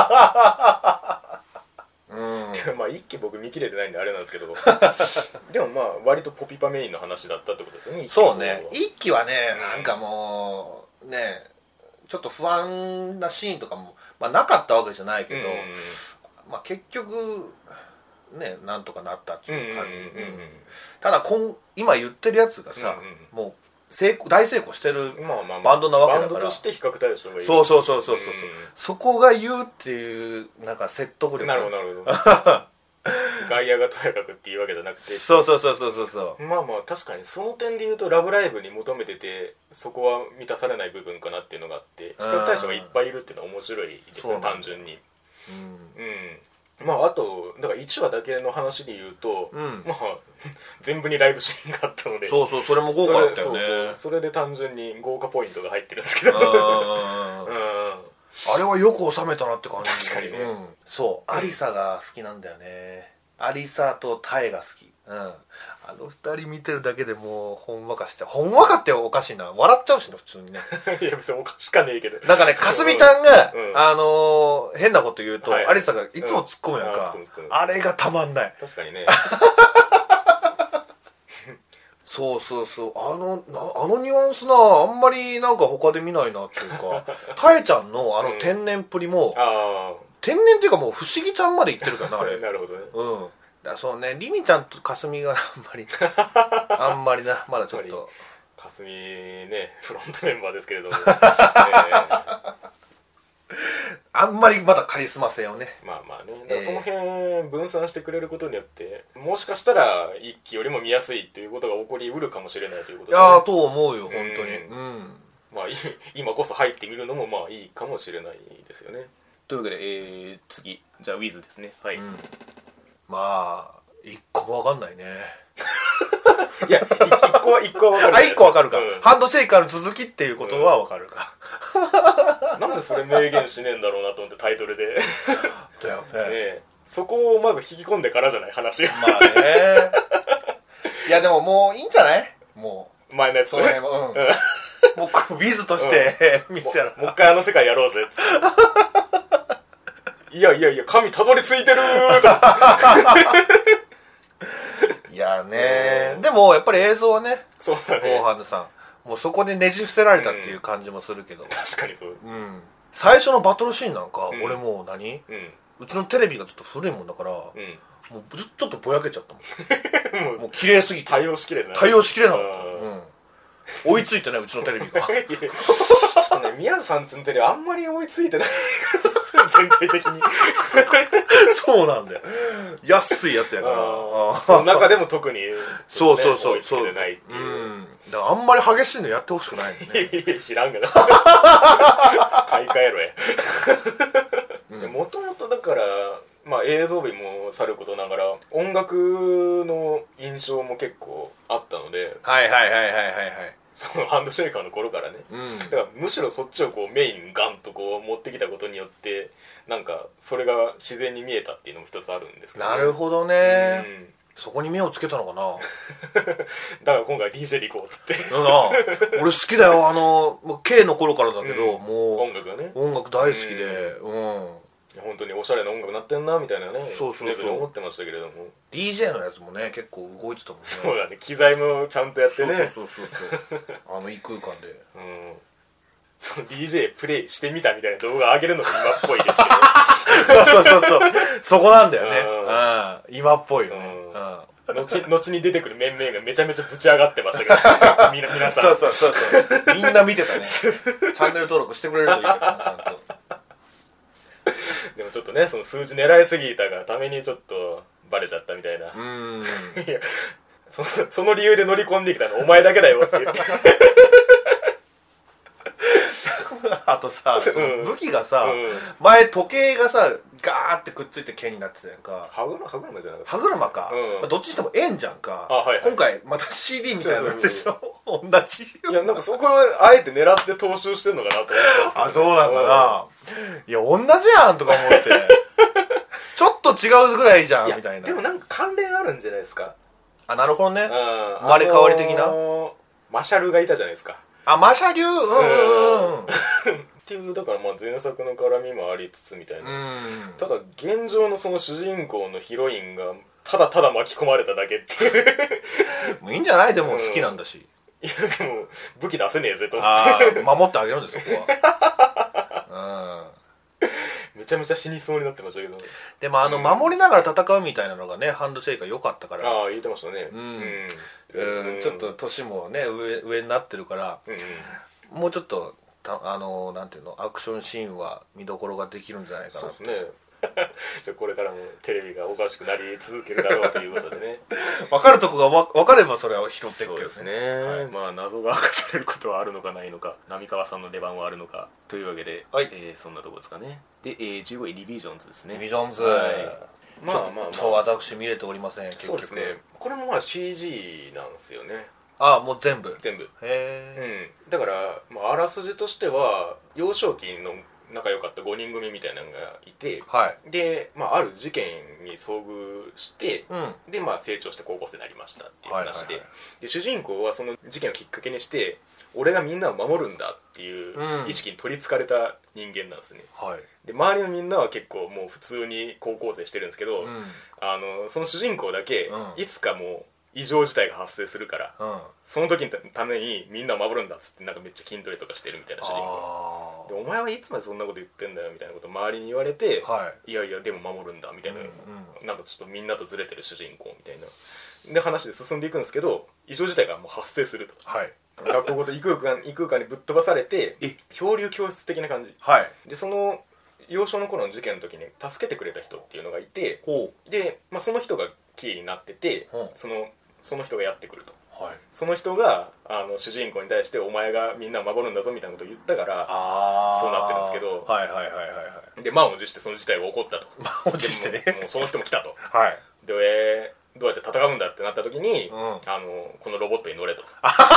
まあ一期僕見切れてないんであれなんですけどでもまあ割とポピパメインの話だったってことですよね。 そうね、一期はね、なんかもうねちょっと不安なシーンとかも、まあ、なかったわけじゃないけど、まあ、結局ねなんとかなったっていう感じ。ただ今言ってるやつがさ、もう大成功してるバンドなわけだから、バンドとして比較対象がいい。 そうそこが言うっていうなんか説得力。 なるほどなるほど外野がとやかくっていうわけじゃなくて、 そうまあまあ確かにその点で言うとラブライブに求めててそこは満たされない部分かなっていうのがあって、比較対象がいっぱいいるっていうのは面白いですね、単純に。まああとだから1話だけの話で言うと、まあ全部にライブシーンがあったので、 そうそれも豪華だったよね。 それで単純に豪華ポイントが入ってるんですけどあれはよく収めたなって感じ。 確かにね、 そうアリサが好きなんだよね。アリサとタエが好き。あの二人見てるだけでもうほんわかしちゃう。ほんわかっておかしいな、笑っちゃうしね普通にねいや別におかしかねえけど、 なんかねかすみちゃんが変なこと言うとアリサがいつも突っ込むやんか。あれがたまんない。 確かにねそうあのニュアンスなあんまりなんか他で見ないなっていうかタエちゃんの天然っぷりも、天然っていうかもう不思議ちゃんまで言ってるからなあれなるほどね。 だからそうね、リミちゃんとかすみがあんまりなまだちょっとかすみねフロントメンバーですけれどもあんまりまだカリスマ性をね、 まあね、だからその辺分散してくれることによってもしかしたら一期よりも見やすいっていうことが起こりうるかもしれないということで、 いやと思うよ本当に。 まあ今こそ入ってみるのもまあいいかもしれないですよね。というわけで、次じゃあウィズですね。はい、 まあ一個も分かんないねいや一個は分かる。 一個分かるか、ハンドシェイカーの続きっていうことは分かるか、 なんでそれ明言しねえんだろうなと思ってタイトルでだよね。 そこをまず引き込んでからじゃない話が。 まあねいやでももういいんじゃない、もう前のやつその辺ももうウィズとして見たらもう一回あの世界やろうぜっつっていや神たどり着いてるーといやねでもやっぱり映像はね、 そうだね、 ゴーハンドさんもうそこでねじ伏せられたっていう感じもするけど、 確かにそう、 最初のバトルシーンなんか、俺もううちのテレビがちょっと古いもんだから、もうちょっとぼやけちゃったもんもう綺麗すぎて対応しきれないなかった、追いついてないうちのテレビがちょっとね宮田さんちのテレビあんまり追いついてない全体的にそうなんだよ、安いやつやからその中でも特に、 そう追いつけてないっていう、 だからあんまり激しいのやってほしくないよね知らんけど買い替えろやもともとだからまあ映像美もさることながら音楽の印象も結構あったので、そのハンドシェイカーの頃からね、だからむしろそっちをこうメインにガンとこう持ってきたことによってなんかそれが自然に見えたっていうのも一つあるんですけど、ね、 なるほどね、そこに目をつけたのかなだから今回 DJ で行こうっつって俺好きだよK の頃からだけど、もう音楽がね音楽大好きで本当におしゃれな音楽なってんなみたいなね、 そう思ってましたけれども DJ のやつもね結構動いてたもんね。 そうだね、機材もちゃんとやってね、 そう異空間でその DJ プレイしてみたみたいな動画上げるのが今っぽいですけどそうそこなんだよね、今っぽいよね、 後に出てくる面々がめちゃめちゃぶち上がってましたけど皆さんそうみんな見てたねチャンネル登録してくれるといいけどちゃんとでもちょっとねその数字狙いすぎたがためにちょっとバレちゃったみたいな。いやその理由で乗り込んできたのお前だけだよって言ってあとさ、武器がさ、前時計がさガーってくっついて剣になってたやんか。 歯車じゃなかった。 歯車か、どっちにしても円じゃんか。今回また CD みたいなのでしょ。同じ。 いやなんかそこはあえて狙って踏襲してんのかなと思って。 あ、そうなんだな。いや同じやんとか思ってちょっと違うぐらいじゃんみたいな。 でもなんか関連あるんじゃないですか。 あ、なるほどね。生まれ変わり的な。 マシャルがいたじゃないですか。 あ、マシャ流っていうだからまあ前作の絡みもありつつみたいな。ただ現状のその主人公のヒロインがただただ巻き込まれただけっていうもういいんじゃない。でも好きなんだし。 いやでも武器出せねえぜと思って守ってあげるんですよそこは。 めちゃめちゃ死にそうになってましたけど。 でも守りながら戦うみたいなのがねハンドシェイカー良かったから。 ああ言ってましたね。 ちょっと年もね上になってるから、もうちょっとなんていうのアクションシーンは見どころができるんじゃないかな。 そうですねこれからもテレビがおかしくなり続けるだろうということでね分かるとこが分かればそれは拾っていくけどね。 そうですね、まあ謎が明かされることはあるのかないのか、浪川さんの出番はあるのかというわけで、そんなとこですかね。で、15位リビジョンズですね。 リビジョンズ、 まあちょっと私見れておりません結局。 そうですね、これもまあ CG なんですよね。 ああもう全部へえ、 だから、まあ、あらすじとしては幼少期の仲良かった5人組みたいなのがいて、で、まあ、ある事件に遭遇して、で、まあ、成長して高校生になりましたっていう話で、で主人公はその事件をきっかけにして俺がみんなを守るんだっていう意識に取りつかれた人間なんですね。で周りのみんなは結構もう普通に高校生してるんですけど、その主人公だけいつかもう異常事態が発生するから、その時のためにみんなを守るんだっつってなんかめっちゃ筋トレとかしてるみたいな主人公で、お前はいつまでそんなこと言ってんだよみたいなことを周りに言われて、いやいやでも守るんだみたいな、なんかちょっとみんなとずれてる主人公みたいなで話で進んでいくんですけど、異常事態がもう発生すると、学校ごと異空間にぶっ飛ばされて漂流教室的な感じ、でその幼少の頃の事件の時に助けてくれた人っていうのがいて、で、まあ、その人がキーになってて、その人がやってくると、その人が主人公に対してお前がみんなを守るんだぞみたいなことを言ったからそうなってるんですけど、で満を持してその事態が起こったと。 満を持してね、 もうその人も来たと、でどうやって戦うんだってなった時に、このロボットに乗れと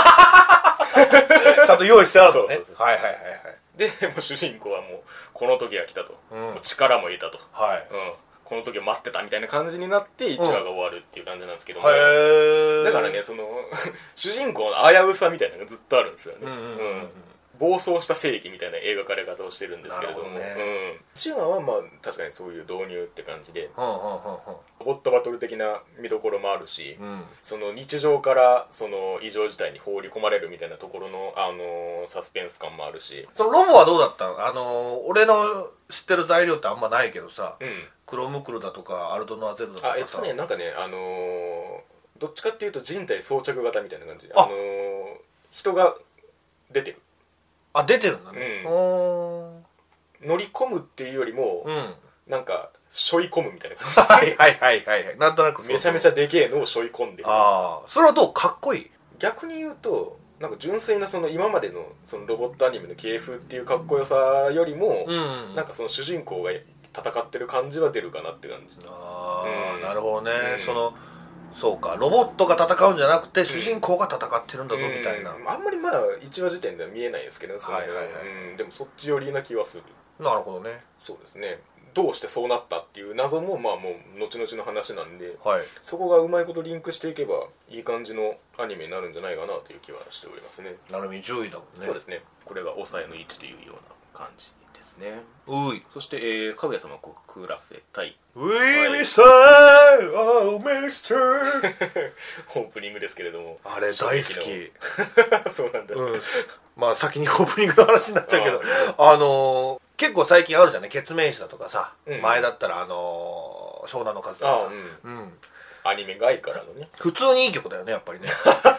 ちゃんと用意してあるのね。 でもう主人公はもうこの時が来たと、もう力もいたと、この時を待ってたみたいな感じになって1話が終わるっていう感じなんですけども、だからねその主人公の危うさみたいなのがずっとあるんですよね。暴走した正義みたいな描かれ方をしてるんですけれども、1話はまあ確かにそういう導入って感じで、ロボットバトル的な見どころもあるし、その日常からその異常事態に放り込まれるみたいなところの、サスペンス感もあるし。 そのロボはどうだったの？俺の知ってる材料ってあんまないけどさ、クロムクルだとかアルトノアゼルだとかさ、 なんかねどっちかっていうと人体装着型みたいな感じで、人が出てる。 出てるんだね。 乗り込むっていうよりも、なんか背負い込むみたいな感じ。 なんとなくめちゃめちゃでけえのを背負い込んでる。 それはどうかっこいい？ 逆に言うとなんか純粋なその今までのそのロボットアニメの系風っていうかっこよさよりも、なんかその主人公が戦ってる感じは出るかなって感じ。 なるほどね。そうか、ロボットが戦うんじゃなくて主人公が戦ってるんだぞみたいな。 あんまりまだ1話時点では見えないですけど、でもそっち寄りな気はする。 なるほどね。 そうですね。どうしてそうなったっていう謎もまあもう後々の話なんで、そこがうまいことリンクしていけばいい感じのアニメになるんじゃないかなという気はしておりますね。 なるみ10位だもんね。 そうですね。これが抑えの位置というような感じですね。そして、かぐや様を告らせたい。 ミスターミスターオープニングですけれども、 あれ大好き。 そうなんだ。 まあ先にオープニングの話になっちゃうけど、結構最近あるじゃんね。ケツメイシだとかさ、前だったら湘南の風とかさ、 アニメ外からのね、 普通にいい曲だよねやっぱりね。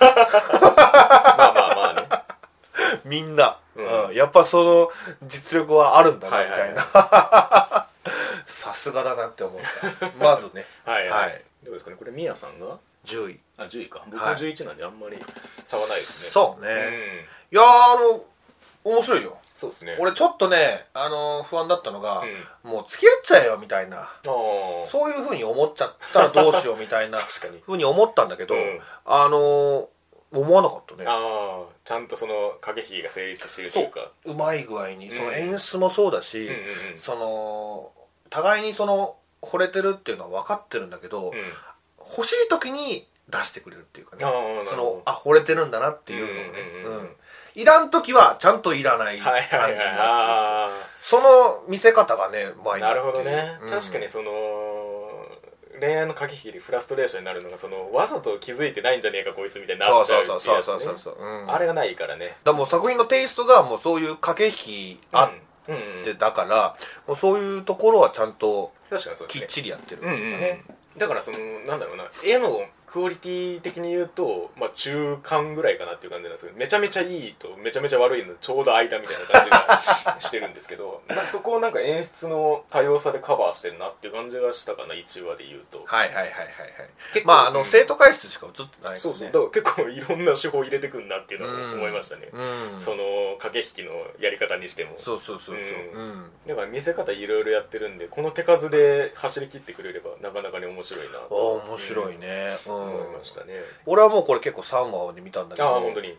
まあね。 みんな、やっぱその実力はあるんだなみたいな。 すがだなって思ったまずねはい、はい、どうですかねこれミヤさんが 10位。 あ、10位か。僕も11なんであんまり差はないですね。 そうね、いや面白いよ。 そうですね。 俺ちょっとね不安だったのが、もう付き合っちゃえよみたいな、そういう風に思っちゃったらどうしようみたいな風に思ったんだけど、思わなかったね。 ちゃんとその駆け引きが成立してるというか、 うまい具合にその演出もそうだし、その互いにその惚れてるっていうのは分かってるんだけど、欲しい時に出してくれるっていうかね、その惚れてるんだなっていうのをね、いらん時はちゃんといらない感じになってる、その見せ方がねうまいなっていう。 なるほどね、確かにその恋愛の駆け引きでフラストレーションになるのがそのわざと気づいてないんじゃねえかこいつみたいになっちゃうっていうやつね。あれがないからね。 だからもう作品のテイストがもうそういう駆け引きあってだからもうそういうところはちゃんときっちりやってるっていうかね。 だからそのなんだろうな、絵のクオリティ的に言うと、まあ、中間ぐらいかなっていう感じなんですけど、めちゃめちゃいいとめちゃめちゃ悪いのちょうど間みたいな感じがしてるんですけどなんかそこをなんか演出の多様さでカバーしてるなっていう感じがしたかな、1話で言うと。 はいはいはいはいはい。まあ生徒会室しか映ってないからね。 そうそう、だから結構いろんな手法入れてくんなっていうのを思いましたね。その駆け引きのやり方にしても。 そうだから見せ方いろいろやってるんで、この手数で走り切ってくれればなかなかに面白いなと面白いね、 思いましたね。 俺はもうこれ結構3話まで見たんだけど、 本当に、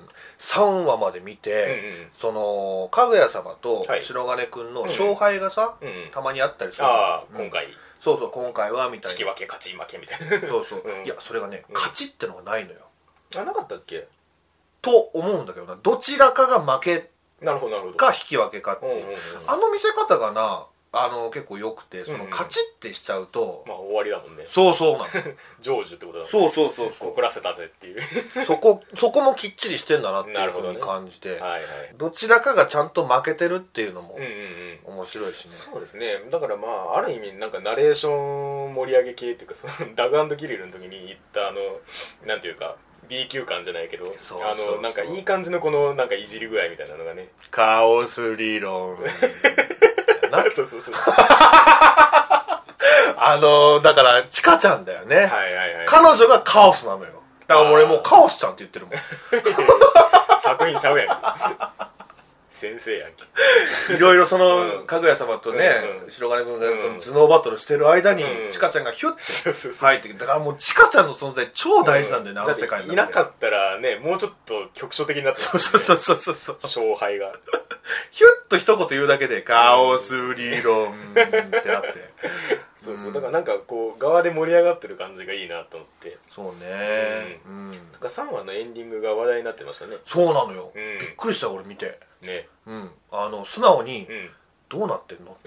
3話まで見て、そのかぐや様と白金くんの勝敗がさ、たまにあったりするじゃん。 今回そう今回はみたいな、 引き分け勝ち負けみたいないやそれがね、勝ちってのがないのよ。 なかったっけと思うんだけどな、どちらかが負けか引き分けかっていう、あの見せ方がな結構良くて、その勝ちってしちゃうと、 まあ終わりだもんね。 そうなの成就ってことだもんね。 そう怒らせたぜっていうそこもきっちりしてんだなっていうふうに感じて、どちらかがちゃんと負けてるっていうのも面白いしね。 そうですね。だからまあある意味なんかナレーション盛り上げ系っていうか、そのダグ&ギリルの時に言ったなんていうかB 級感じゃないけど、なんかいい感じのこのなんかいじり具合みたいなのがね、 カオス理論そうだからチカちゃんだよね、彼女がカオスなのよ。だから俺もうカオスちゃんって言ってるもん作品ちゃうやん先生やんけ。 いろいろそのかぐや様とね、白金君がその頭脳バトルしてる間にチカちゃんがヒュッて入ってきて、だからもうチカちゃんの存在超大事なんだよね、あの世界の中で。 いなかったらね、もうちょっと局所的になってた、 そう勝敗がヒュッと一言言うだけでカオス理論ってなってそうだからなんかこう側で盛り上がってる感じがいいなと思って。 そうね、 なんか3話のエンディングが話題になってましたね。 そうなのよ、びっくりした俺見てね、 素直に、どうなってんのって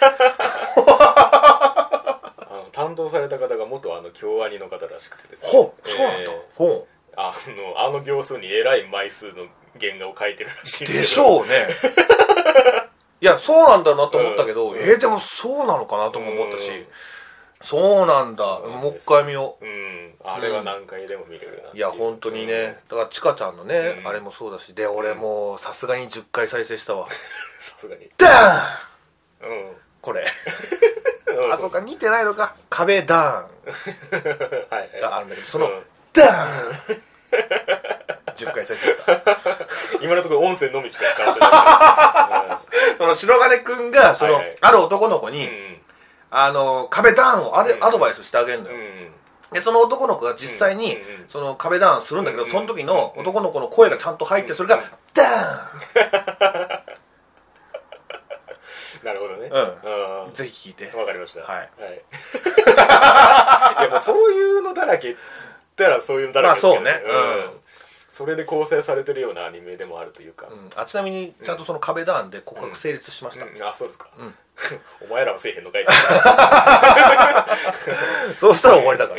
担当された方が元京アニの方らしくてですね。 そうなんだ。 あの秒数にえらい枚数の原画を描いてるらしいんでしょうねいやそうなんだなと思ったけど、でもそうなのかなとも思ったし、そうなんだ、もう一回見よう。 あれは何回でも見れるなって。 いや本当にね、だからチカちゃんのね、あれもそうだし、で俺もうさすがに10回再生したわさすがにダーンこれあ、そうか、似てないのか。壁ダーンがあるんだけど、そのダーン10回再生した今のところ音声のみしか使ってないその白金くんがそのある男の子に壁ダーンをアドバイスしてあげるのよ。でその男の子が実際にその壁ダーンするんだけど、その時の男の子の声がちゃんと入って、それがダーンなるほどね。 ぜひ聞いて。 わかりました。 はい。 いやもうそういうのだらけって言ったらそういうのだらけですけどね。まあそうね。それで構成されてるようなアニメでもあるというか。 ちなみにちゃんとその壁ダーンで告白成立しました。 あ、そうですか。お前らはせえへんのかい。 そうしたら終わりだから。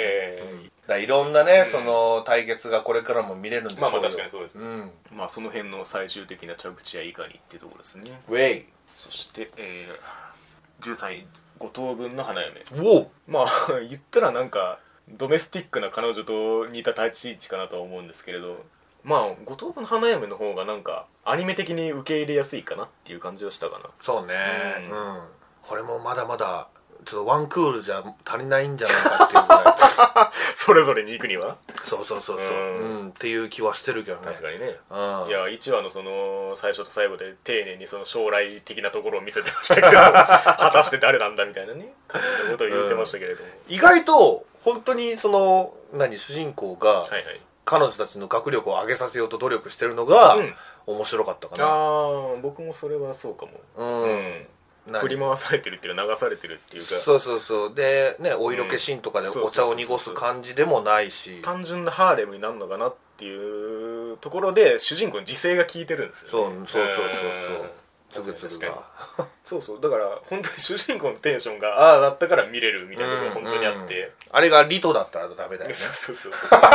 いろんなね、その対決がこれからも見れるんでしょうよ。 まあ確かにそうですね。まあその辺の最終的な着地はいかにっていうところですね。 ウェイ。 そして13位5等分の花嫁。まあ言ったらなんかドメスティックな彼女と似た立ち位置かなとは思うんですけれど、まあ5等分の花嫁の方がなんかアニメ的に受け入れやすいかなっていう感じはしたかな。 そうね、これもまだまだちょっとワンクールじゃ足りないんじゃないかっていうぐらいそれぞれに行くにはそうっていう気はしてるけどね。 確かにね。いや1話のその最初と最後で丁寧にその将来的なところを見せてましたけど果たして誰なんだみたいなね感じのことを言ってましたけれども、 意外と本当にその主人公が彼女たちの学力を上げさせようと努力してるのが面白かったかな。 僕もそれはそうかも。振り回されてるっていうか流されてるっていうか、 そうでね、お色気シーンとかでお茶を濁す感じでもないし、 単純なハーレムになるのかなっていうところで主人公の自制が効いてるんですよね。つぐつぐがそうだから本当に主人公のテンションがああだったから見れるみたいなところが本当にあって、 あれがリトだったらダメだよね。 そう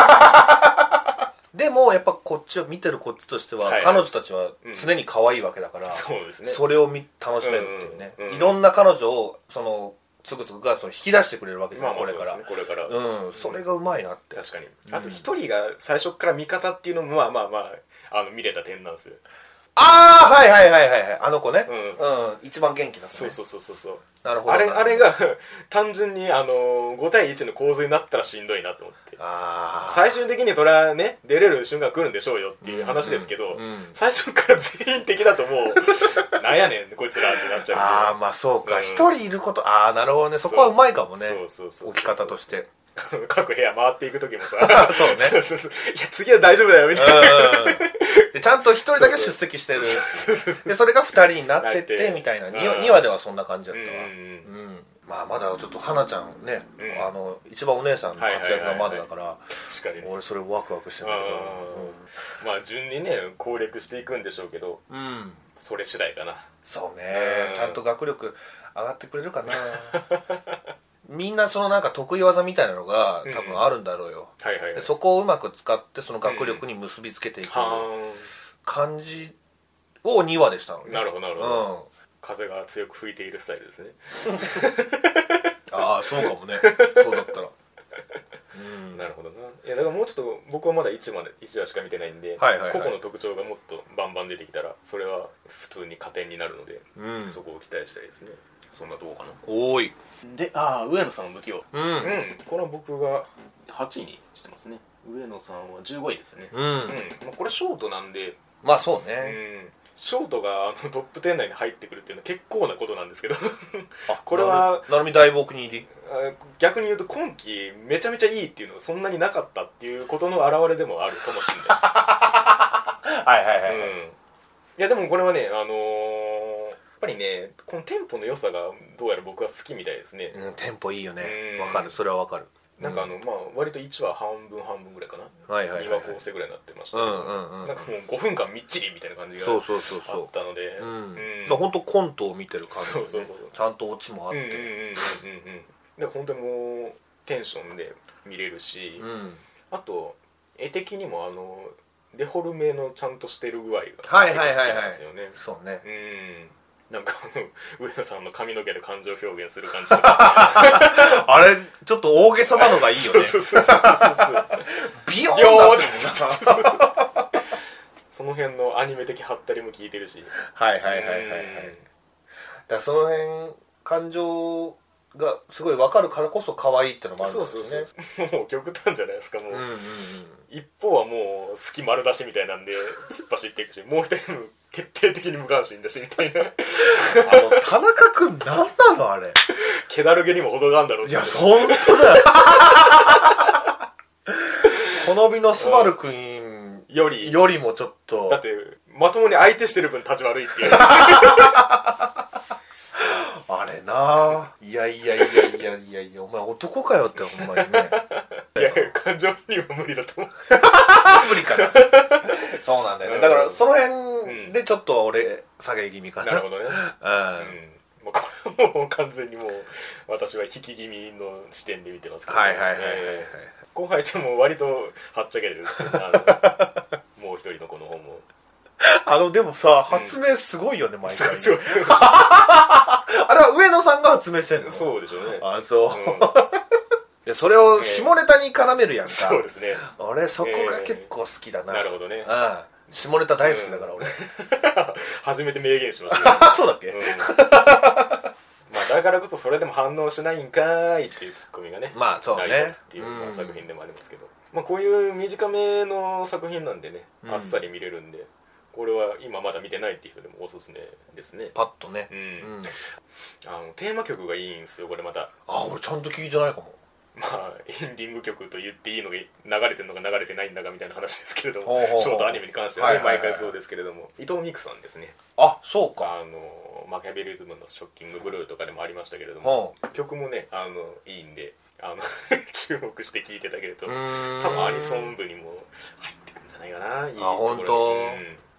でもやっぱこっちを見てるこっちとしては、彼女たちは常に可愛いわけだから、 そうですね、 それを楽しめるっていうね、いろんな彼女をそのつぐつぐがその引き出してくれるわけじゃん、これから。それがうまいなって。 確かに。あと一人が最初から味方っていうのもまあ見れた点なんですよ。 はいあの子ね、一番元気だったね。 そうなるほど。 あれが単純に5対1の構図になったらしんどいなと思って、最終的にそれはね出れる瞬間来るんでしょうよっていう話ですけど、最初から全員敵だともうなんやねんこいつらってなっちゃう。 まあそうか、一人いること、なるほどね、そこはうまいかもね、置き方として。 各部屋回っていく時もさそうねいや次は大丈夫だよみたいなでちゃんと一人だけ出席してるでそれが二人になってってみたいな、2話ではそんな感じだったわ。まだちょっと花ちゃんね、一番お姉さんの活躍がまだだから俺それワクワクしてんだけど、 順にね攻略していくんでしょうけど、それ次第かな。 そうね、ちゃんと学力上がってくれるかなみんなそのなんか得意技みたいなのが多分あるんだろうよ。そこをうまく使ってその学力に結びつけていく感じを2話でしたのね。 なるほど、風が強く吹いているスタイルですねそうかもね、そうだったらなるほどな。いやだからもうちょっと僕はまだ1話しか見てないんで、個々の特徴がもっとバンバン出てきたらそれは普通に加点になるので、そこを期待したいですね。そんなとこかな。 おいで上野さんの武器をこれは僕が8位にしてますね。上野さんは15位ですね。これショートなんで、 まあそうね、 ショートがトップ10内に入ってくるっていうのは結構なことなんですけどこれはなるみだいぶお気に入り。 逆に言うと今季めちゃめちゃいいっていうのがそんなになかったっていうことの表れでもあるかもしれないですいやでもこれはねやっぱりねこのテンポの良さがどうやら僕は好きみたいですね。 テンポいいよね。わかる、それはわかる。 なんか割と1話半分ぐらいかな、2話構成ぐらいになってました。なんかもう5分間みっちりみたいな感じがあったので、 本当コントを見てる感じでちゃんとオチもあって本当にもうテンションで見れるし、あと絵的にもデフォルメのちゃんとしてる具合が結構好きなんですよね。 そうね、 なんか上野さんの髪の毛で感情表現する感じとかあれちょっと大げさなのがいいよね。ビヨーンだってその辺のアニメ的ハったりも効いてるし、 だその辺感情がすごい分かるからこそ可愛いってのもあるんですね。もう極端じゃないですか。もう一方はもう好き丸出しみたいなんで突っ走っていくし、もう一人も徹底的に無関心だしみたいな田中君何なのあれ気だるげにも程があるんだろう。 いや本当だよこのびのスバル君よりもちょっとだってまともに相手してる分立ち悪いっていうあれないやお前男かよってほんまにねいや感情には無理だと思う無理かなそうなんだよね、だからその辺でちょっと俺下げ気味かな。 なるほどね。もうこれもう完全にもう私は引き気味の視点で見てますけど、後輩ちゃんも割とはっちゃけてるんですけどもう一人の子の方もでもさ、発明すごいよね、毎回。あれは上野さんが発明してんの？ そうでしょうね。 そう。でそれを下ネタに絡めるやんか。 そうですね。 俺そこが結構好きだな。 なるほどね。 下ネタ大好きだから俺。 初めて明言しました。 そうだっけ？ まあ大だからこそそれでも反応しないんかーいっていうツッコミがね、 まあそうね、 成り立つっていう、まあ、作品でもありますけど、まあ、こういう短めの作品なんでね、あっさり見れるんで、これは今まだ見てないっていう人でもおすすめですね。 パッとね、 テーマ曲がいいんですよこれまた。 俺ちゃんと聞いてないかも。 まあエンディング曲と言っていいのが流れてるのか流れてないんだかみたいな話ですけれども、ショートアニメに関してはね、毎回そうですけれども、伊藤美久さんですね。 あ、そうか。 マキャベリズムのショッキングブルーとかでもありましたけれども、曲もねいいんで注目して聴いていただけると多分アニソン部にも入ってくるんじゃないかな。いいところに。 本当。